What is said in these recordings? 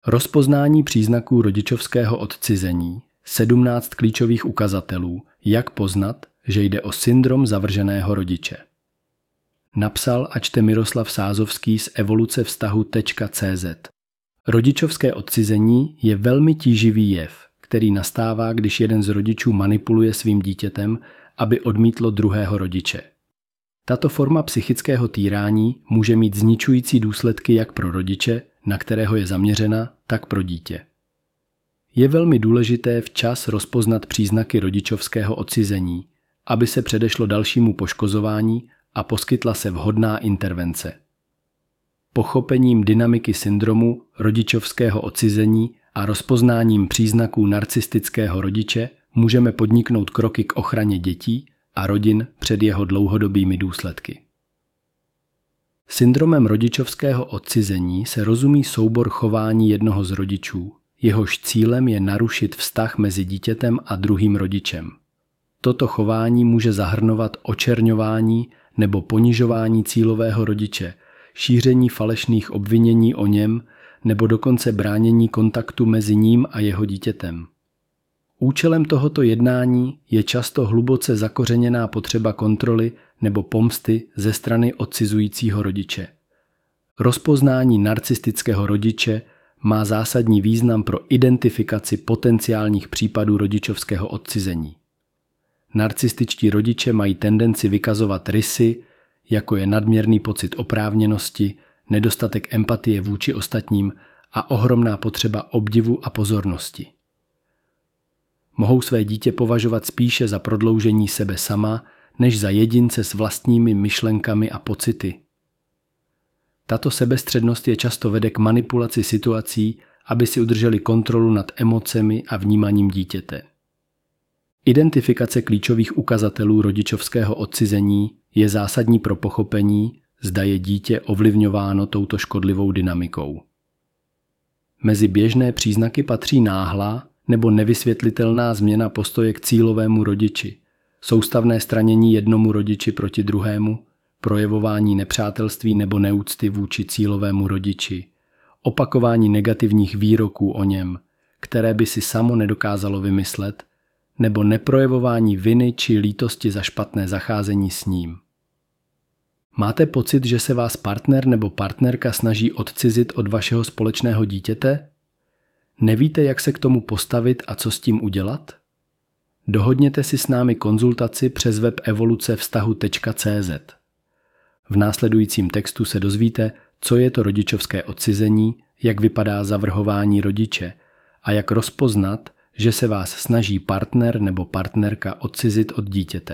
Rozpoznání příznaků rodičovského odcizení, 17 klíčových ukazatelů, jak poznat, že jde o syndrom zavrženého rodiče. Napsal a čte Miroslav Sázovský z evolucevztahu.cz. Rodičovské odcizení je velmi tíživý jev, který nastává, když jeden z rodičů manipuluje svým dítětem, aby odmítlo druhého rodiče. Tato forma psychického týrání může mít zničující důsledky jak pro rodiče, na kterého je zaměřena, tak pro dítě. Je velmi důležité včas rozpoznat příznaky rodičovského odcizení, aby se předešlo dalšímu poškozování a poskytla se vhodná intervence. Pochopením dynamiky syndromu rodičovského odcizení a rozpoznáním příznaků narcistického rodiče můžeme podniknout kroky k ochraně dětí a rodin před jeho dlouhodobými důsledky. Syndromem rodičovského odcizení se rozumí soubor chování jednoho z rodičů, jehož cílem je narušit vztah mezi dítětem a druhým rodičem. Toto chování může zahrnovat očerňování nebo ponižování cílového rodiče, šíření falešných obvinění o něm nebo dokonce bránění kontaktu mezi ním a jeho dítětem. Účelem tohoto jednání je často hluboce zakořeněná potřeba kontroly nebo pomsty ze strany odcizujícího rodiče. Rozpoznání narcistického rodiče má zásadní význam pro identifikaci potenciálních případů rodičovského odcizení. Narcističtí rodiče mají tendenci vykazovat rysy, jako je nadměrný pocit oprávněnosti, nedostatek empatie vůči ostatním a ohromná potřeba obdivu a pozornosti. Mohou své dítě považovat spíše za prodloužení sebe sama, než za jedince s vlastními myšlenkami a pocity. Tato sebestřednost je často vede k manipulaci situací, aby si udrželi kontrolu nad emocemi a vnímáním dítěte. Identifikace klíčových ukazatelů rodičovského odcizení je zásadní pro pochopení, zda je dítě ovlivňováno touto škodlivou dynamikou. Mezi běžné příznaky patří náhlá nebo nevysvětlitelná změna postoje k cílovému rodiči, soustavné stranění jednomu rodiči proti druhému, projevování nepřátelství nebo neúcty vůči cílovému rodiči, opakování negativních výroků o něm, které by si samo nedokázalo vymyslet, nebo neprojevování viny či lítosti za špatné zacházení s ním. Máte pocit, že se vás partner nebo partnerka snaží odcizit od vašeho společného dítěte? Nevíte, jak se k tomu postavit a co s tím udělat? Dohodněte si s námi konzultaci přes web evolucevztahu.cz. V následujícím textu se dozvíte, co je to rodičovské odcizení, jak vypadá zavrhování rodiče a jak rozpoznat, že se vás snaží partner nebo partnerka odcizit od dítěte.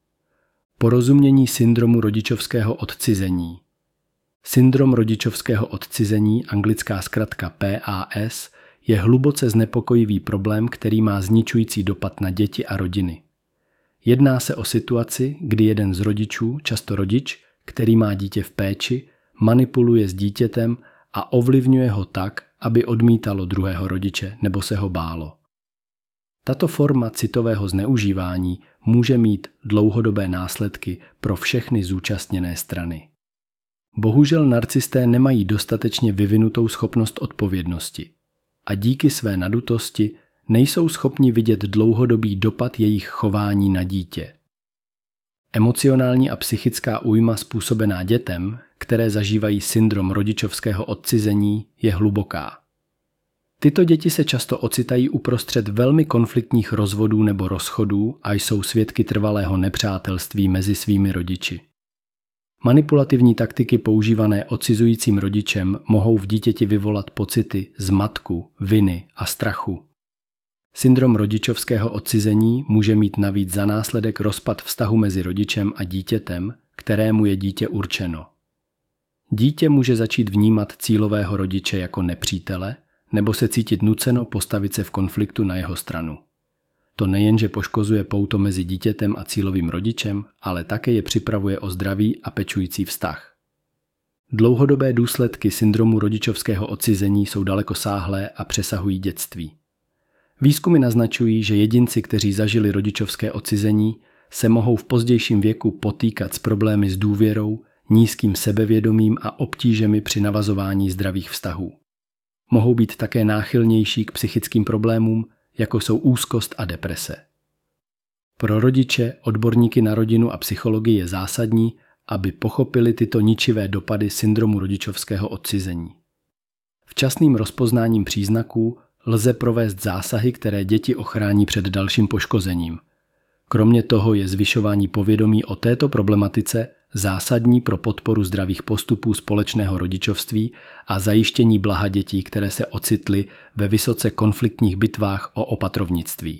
Porozumění syndromu rodičovského odcizení. Syndrom rodičovského odcizení, anglická zkratka PAS, je hluboce znepokojivý problém, který má zničující dopad na děti a rodiny. Jedná se o situaci, kdy jeden z rodičů, často rodič, který má dítě v péči, manipuluje s dítětem a ovlivňuje ho tak, aby odmítalo druhého rodiče nebo se ho bálo. Tato forma citového zneužívání může mít dlouhodobé následky pro všechny zúčastněné strany. Bohužel narcisté nemají dostatečně vyvinutou schopnost odpovědnosti a díky své nadutosti nejsou schopni vidět dlouhodobý dopad jejich chování na dítě. Emocionální a psychická újma způsobená dětem, které zažívají syndrom rodičovského odcizení, je hluboká. Tyto děti se často ocitají uprostřed velmi konfliktních rozvodů nebo rozchodů a jsou svědky trvalého nepřátelství mezi svými rodiči. Manipulativní taktiky používané odcizujícím rodičem mohou v dítěti vyvolat pocity zmatku, viny a strachu. Syndrom rodičovského odcizení může mít navíc za následek rozpad vztahu mezi rodičem a dítětem, kterému je dítě určeno. Dítě může začít vnímat cílového rodiče jako nepřítele nebo se cítit nuceno postavit se v konfliktu na jeho stranu. To nejenže poškozuje pouto mezi dítětem a cílovým rodičem, ale také je připravuje o zdravý a pečující vztah. Dlouhodobé důsledky syndromu rodičovského odcizení jsou dalekosáhlé a přesahují dětství. Výzkumy naznačují, že jedinci, kteří zažili rodičovské odcizení, se mohou v pozdějším věku potýkat s problémy s důvěrou, nízkým sebevědomím a obtížemi při navazování zdravých vztahů. Mohou být také náchylnější k psychickým problémům, jako jsou úzkost a deprese. Pro rodiče, odborníky na rodinu a psychologii je zásadní, aby pochopili tyto ničivé dopady syndromu rodičovského odcizení. Včasným rozpoznáním příznaků lze provést zásahy, které děti ochrání před dalším poškozením. Kromě toho je zvyšování povědomí o této problematice zásadní pro podporu zdravých postupů společného rodičovství a zajištění blaha dětí, které se ocitly ve vysoce konfliktních bitvách o opatrovnictví.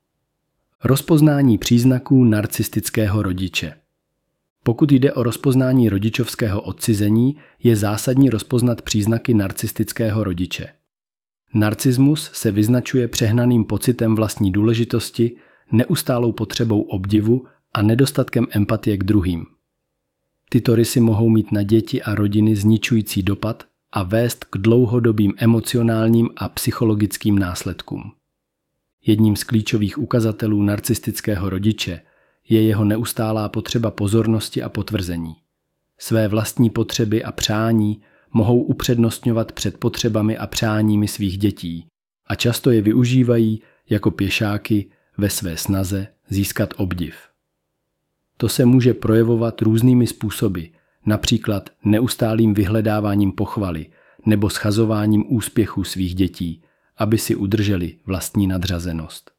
Rozpoznání příznaků narcistického rodiče. Pokud jde o rozpoznání rodičovského odcizení, je zásadní rozpoznat příznaky narcistického rodiče. Narcismus se vyznačuje přehnaným pocitem vlastní důležitosti, neustálou potřebou obdivu a nedostatkem empatie k druhým. Tyto rysy mohou mít na děti a rodiny zničující dopad a vést k dlouhodobým emocionálním a psychologickým následkům. Jedním z klíčových ukazatelů narcistického rodiče je jeho neustálá potřeba pozornosti a potvrzení. Své vlastní potřeby a přání mohou upřednostňovat před potřebami a přáními svých dětí a často je využívají jako pěšáky ve své snaze získat obdiv. To se může projevovat různými způsoby, například neustálým vyhledáváním pochvaly nebo schazováním úspěchů svých dětí, aby si udrželi vlastní nadřazenost.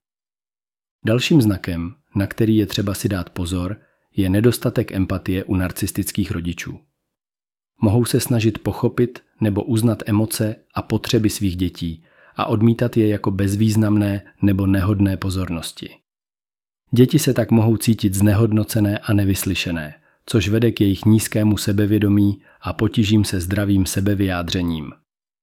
Dalším znakem, na který je třeba si dát pozor, je nedostatek empatie u narcistických rodičů. Mohou se snažit pochopit nebo uznat emoce a potřeby svých dětí a odmítat je jako bezvýznamné nebo nehodné pozornosti. Děti se tak mohou cítit znehodnocené a nevyslyšené, což vede k jejich nízkému sebevědomí a potížím se zdravým sebevyjádřením.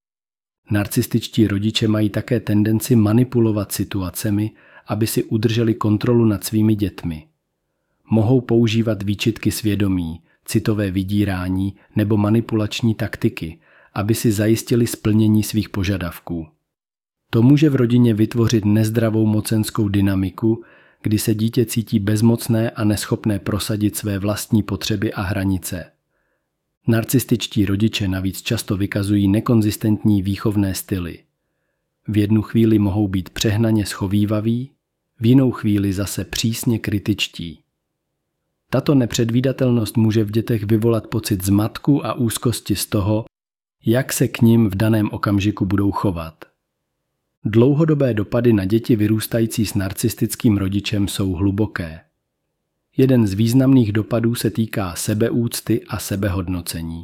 Narcističtí rodiče mají také tendenci manipulovat situacemi, aby si udrželi kontrolu nad svými dětmi. Mohou používat výčitky svědomí, citové vydírání nebo manipulační taktiky, aby si zajistili splnění svých požadavků. To může v rodině vytvořit nezdravou mocenskou dynamiku, kdy se dítě cítí bezmocné a neschopné prosadit své vlastní potřeby a hranice. Narcističtí rodiče navíc často vykazují nekonzistentní výchovné styly. V jednu chvíli mohou být přehnaně schovívaví, v jinou chvíli zase přísně kritičtí. Tato nepředvídatelnost může v dětech vyvolat pocit zmatku a úzkosti z toho, jak se k nim v daném okamžiku budou chovat. Dlouhodobé dopady na děti vyrůstající s narcistickým rodičem jsou hluboké. Jeden z významných dopadů se týká sebeúcty a sebehodnocení.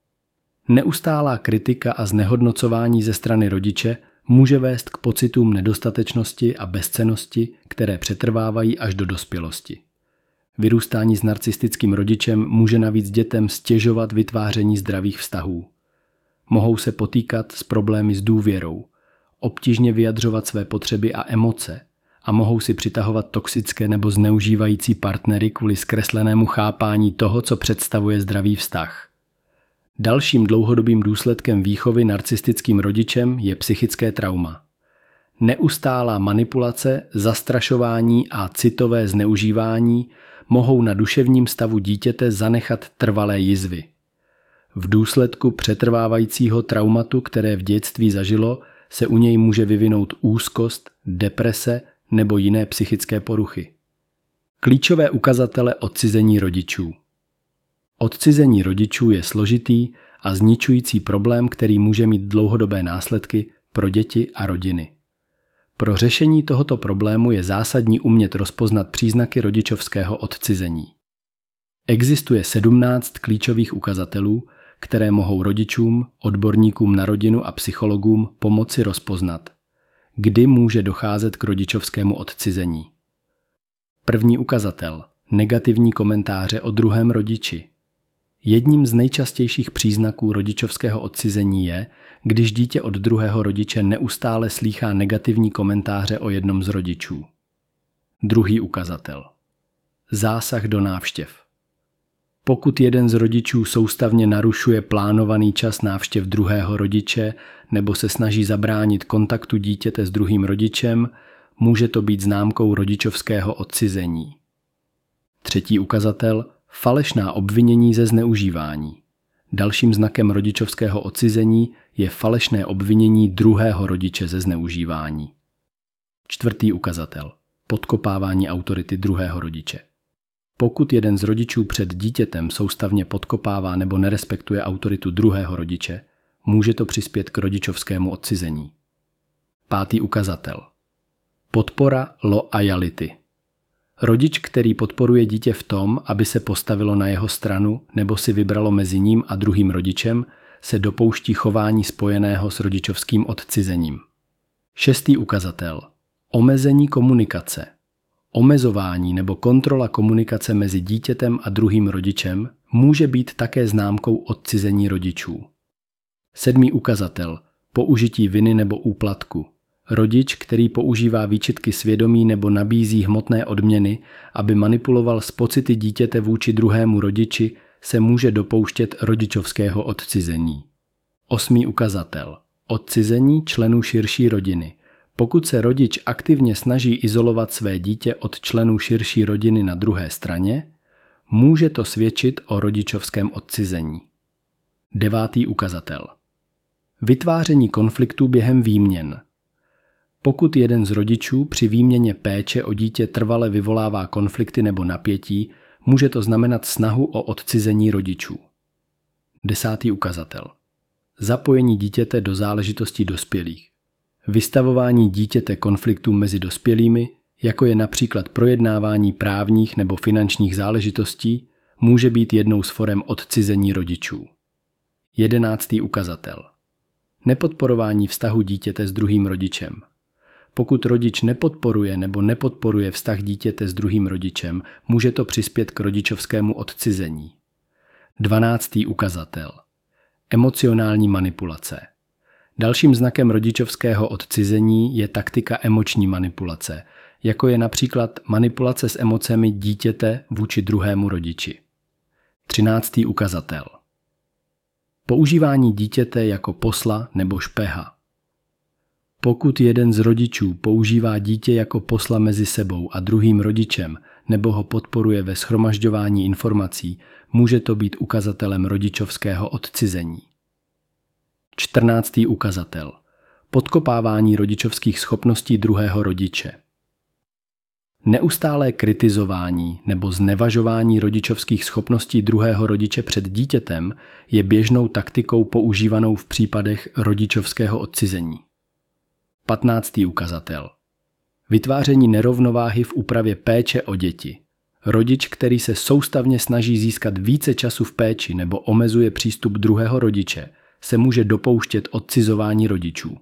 Neustálá kritika a znehodnocování ze strany rodiče může vést k pocitům nedostatečnosti a bezcennosti, které přetrvávají až do dospělosti. Vyrůstání s narcistickým rodičem může navíc dětem stěžovat vytváření zdravých vztahů. Mohou se potýkat s problémy s důvěrou, obtížně vyjadřovat své potřeby a emoce a mohou si přitahovat toxické nebo zneužívající partnery kvůli zkreslenému chápání toho, co představuje zdravý vztah. Dalším dlouhodobým důsledkem výchovy narcistickým rodičem je psychické trauma. Neustálá manipulace, zastrašování a citové zneužívání mohou na duševním stavu dítěte zanechat trvalé jizvy. V důsledku přetrvávajícího traumatu, které v dětství zažilo, se u něj může vyvinout úzkost, deprese nebo jiné psychické poruchy. Klíčové ukazatele odcizení rodičů. Odcizení rodičů je složitý a zničující problém, který může mít dlouhodobé následky pro děti a rodiny. Pro řešení tohoto problému je zásadní umět rozpoznat příznaky rodičovského odcizení. Existuje 17 klíčových ukazatelů, které mohou rodičům, odborníkům na rodinu a psychologům pomoci rozpoznat, kdy může docházet k rodičovskému odcizení. První ukazatel – negativní komentáře o druhém rodiči. Jedním z nejčastějších příznaků rodičovského odcizení je, když dítě od druhého rodiče neustále slýchá negativní komentáře o jednom z rodičů. Druhý ukazatel – zásah do návštěv. Pokud jeden z rodičů soustavně narušuje plánovaný čas návštěv druhého rodiče nebo se snaží zabránit kontaktu dítěte s druhým rodičem, může to být známkou rodičovského odcizení. Třetí ukazatel – falešná obvinění ze zneužívání. Dalším znakem rodičovského odcizení je falešné obvinění druhého rodiče ze zneužívání. 4. ukazatel. Podkopávání autority druhého rodiče. Pokud jeden z rodičů před dítětem soustavně podkopává nebo nerespektuje autoritu druhého rodiče, může to přispět k rodičovskému odcizení. 5. ukazatel. Podpora loajality. Rodič, který podporuje dítě v tom, aby se postavilo na jeho stranu nebo si vybralo mezi ním a druhým rodičem, se dopouští chování spojeného s rodičovským odcizením. 6. ukazatel. Omezení komunikace. Omezování nebo kontrola komunikace mezi dítětem a druhým rodičem může být také známkou odcizení rodičů. 7. ukazatel. Použití viny nebo úplatku. Rodič, který používá výčitky svědomí nebo nabízí hmotné odměny, aby manipuloval s pocity dítěte vůči druhému rodiči, se může dopouštět rodičovského odcizení. 8. ukazatel. Odcizení členů širší rodiny. Pokud se rodič aktivně snaží izolovat své dítě od členů širší rodiny na druhé straně, může to svědčit o rodičovském odcizení. 9. ukazatel. Vytváření konfliktů během výměn. Pokud jeden z rodičů při výměně péče o dítě trvale vyvolává konflikty nebo napětí, může to znamenat snahu o odcizení rodičů. 10. ukazatel. Zapojení dítěte do záležitostí dospělých. Vystavování dítěte konfliktům mezi dospělými, jako je například projednávání právních nebo finančních záležitostí, může být jednou z forem odcizení rodičů. 11. ukazatel. Nepodporování vztahu dítěte s druhým rodičem. Pokud rodič nepodporuje nebo nepodporuje vztah dítěte s druhým rodičem, může to přispět k rodičovskému odcizení. 12. ukazatel. Emocionální manipulace. Dalším znakem rodičovského odcizení je taktika emoční manipulace, jako je například manipulace s emocemi dítěte vůči druhému rodiči. 13. ukazatel. Používání dítěte jako posla nebo špeha. Pokud jeden z rodičů používá dítě jako posla mezi sebou a druhým rodičem nebo ho podporuje ve shromažďování informací, může to být ukazatelem rodičovského odcizení. 14. ukazatel. Podkopávání rodičovských schopností druhého rodiče. Neustálé kritizování nebo znevažování rodičovských schopností druhého rodiče před dítětem je běžnou taktikou používanou v případech rodičovského odcizení. 15. ukazatel. Vytváření nerovnováhy v úpravě péče o děti. Rodič, který se soustavně snaží získat více času v péči nebo omezuje přístup druhého rodiče, se může dopouštět odcizování rodičů.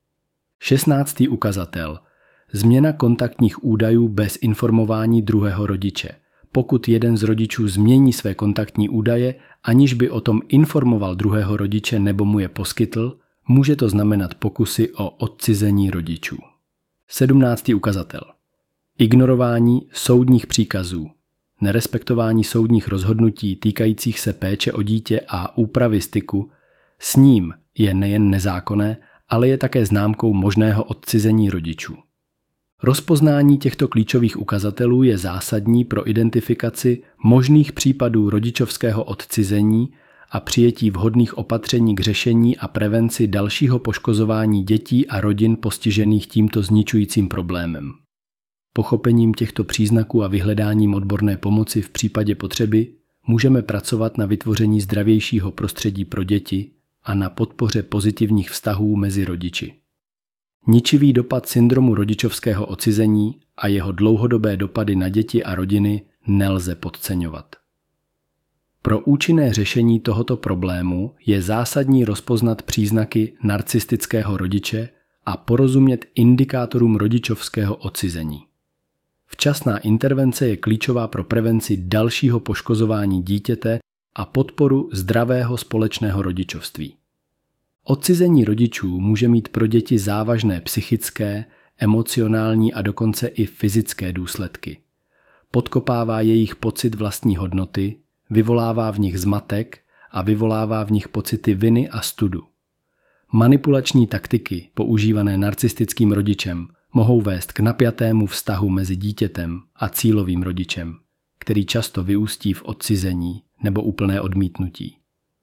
16. ukazatel. Změna kontaktních údajů bez informování druhého rodiče. Pokud jeden z rodičů změní své kontaktní údaje, aniž by o tom informoval druhého rodiče nebo mu je poskytl, může to znamenat pokusy o odcizení rodičů. 17. ukazatel. Ignorování soudních příkazů. Nerespektování soudních rozhodnutí týkajících se péče o dítě a úpravy styku s ním je nejen nezákonné, ale je také známkou možného odcizení rodičů. Rozpoznání těchto klíčových ukazatelů je zásadní pro identifikaci možných případů rodičovského odcizení a přijetí vhodných opatření k řešení a prevenci dalšího poškozování dětí a rodin postižených tímto zničujícím problémem. Pochopením těchto příznaků a vyhledáním odborné pomoci v případě potřeby můžeme pracovat na vytvoření zdravějšího prostředí pro děti a na podpoře pozitivních vztahů mezi rodiči. Ničivý dopad syndromu rodičovského odcizení a jeho dlouhodobé dopady na děti a rodiny nelze podceňovat. Pro účinné řešení tohoto problému je zásadní rozpoznat příznaky narcistického rodiče a porozumět indikátorům rodičovského odcizení. Včasná intervence je klíčová pro prevenci dalšího poškozování dítěte a podporu zdravého společného rodičovství. Odcizení rodičů může mít pro děti závažné psychické, emocionální a dokonce i fyzické důsledky. Podkopává jejich pocit vlastní hodnoty, vyvolává v nich zmatek a vyvolává v nich pocity viny a studu. Manipulační taktiky používané narcistickým rodičem mohou vést k napjatému vztahu mezi dítětem a cílovým rodičem, který často vyústí v odcizení nebo úplné odmítnutí.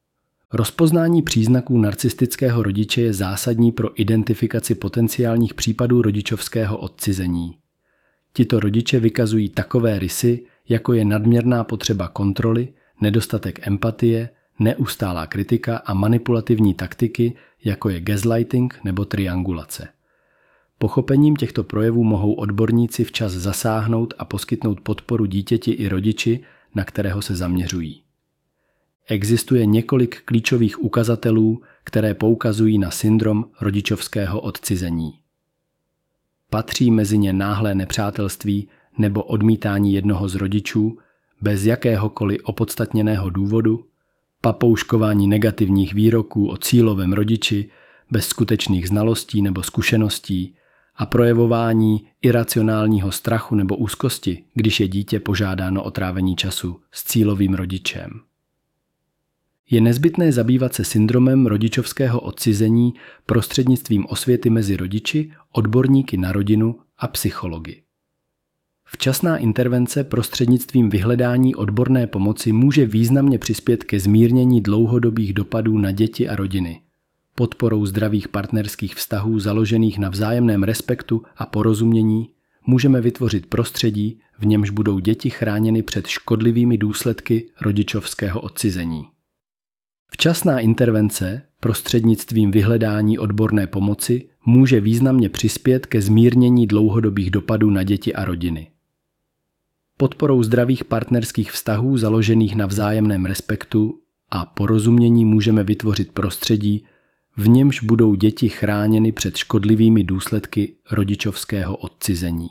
Rozpoznání příznaků narcistického rodiče je zásadní pro identifikaci potenciálních případů rodičovského odcizení. Tito rodiče vykazují takové rysy, jako je nadměrná potřeba kontroly, nedostatek empatie, neustálá kritika a manipulativní taktiky, jako je gaslighting nebo triangulace. Pochopením těchto projevů mohou odborníci včas zasáhnout a poskytnout podporu dítěti i rodiči, na kterého se zaměřují. Existuje několik klíčových ukazatelů, které poukazují na syndrom rodičovského odcizení. Patří mezi ně náhlé nepřátelství nebo odmítání jednoho z rodičů bez jakéhokoliv opodstatněného důvodu, papouškování negativních výroků o cílovém rodiči bez skutečných znalostí nebo zkušeností a projevování iracionálního strachu nebo úzkosti, když je dítě požádáno o trávení času s cílovým rodičem. Je nezbytné zabývat se syndromem rodičovského odcizení prostřednictvím osvěty mezi rodiči, odborníky na rodinu a psychology. Včasná intervence prostřednictvím vyhledání odborné pomoci může významně přispět ke zmírnění dlouhodobých dopadů na děti a rodiny. Podporou zdravých partnerských vztahů založených na vzájemném respektu a porozumění můžeme vytvořit prostředí, v němž budou děti chráněny před škodlivými důsledky rodičovského odcizení. Včasná intervence prostřednictvím vyhledání odborné pomoci může významně přispět ke zmírnění dlouhodobých dopadů na děti a rodiny. Podporou zdravých partnerských vztahů založených na vzájemném respektu a porozumění můžeme vytvořit prostředí, v němž budou děti chráněny před škodlivými důsledky rodičovského odcizení.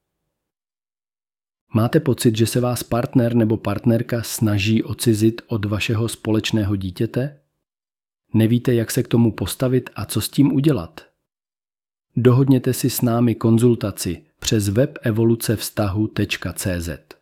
Máte pocit, že se vás partner nebo partnerka snaží odcizit od vašeho společného dítěte? Nevíte, jak se k tomu postavit a co s tím udělat? Dohodněte si s námi konzultaci přes web evolucevztahu.cz.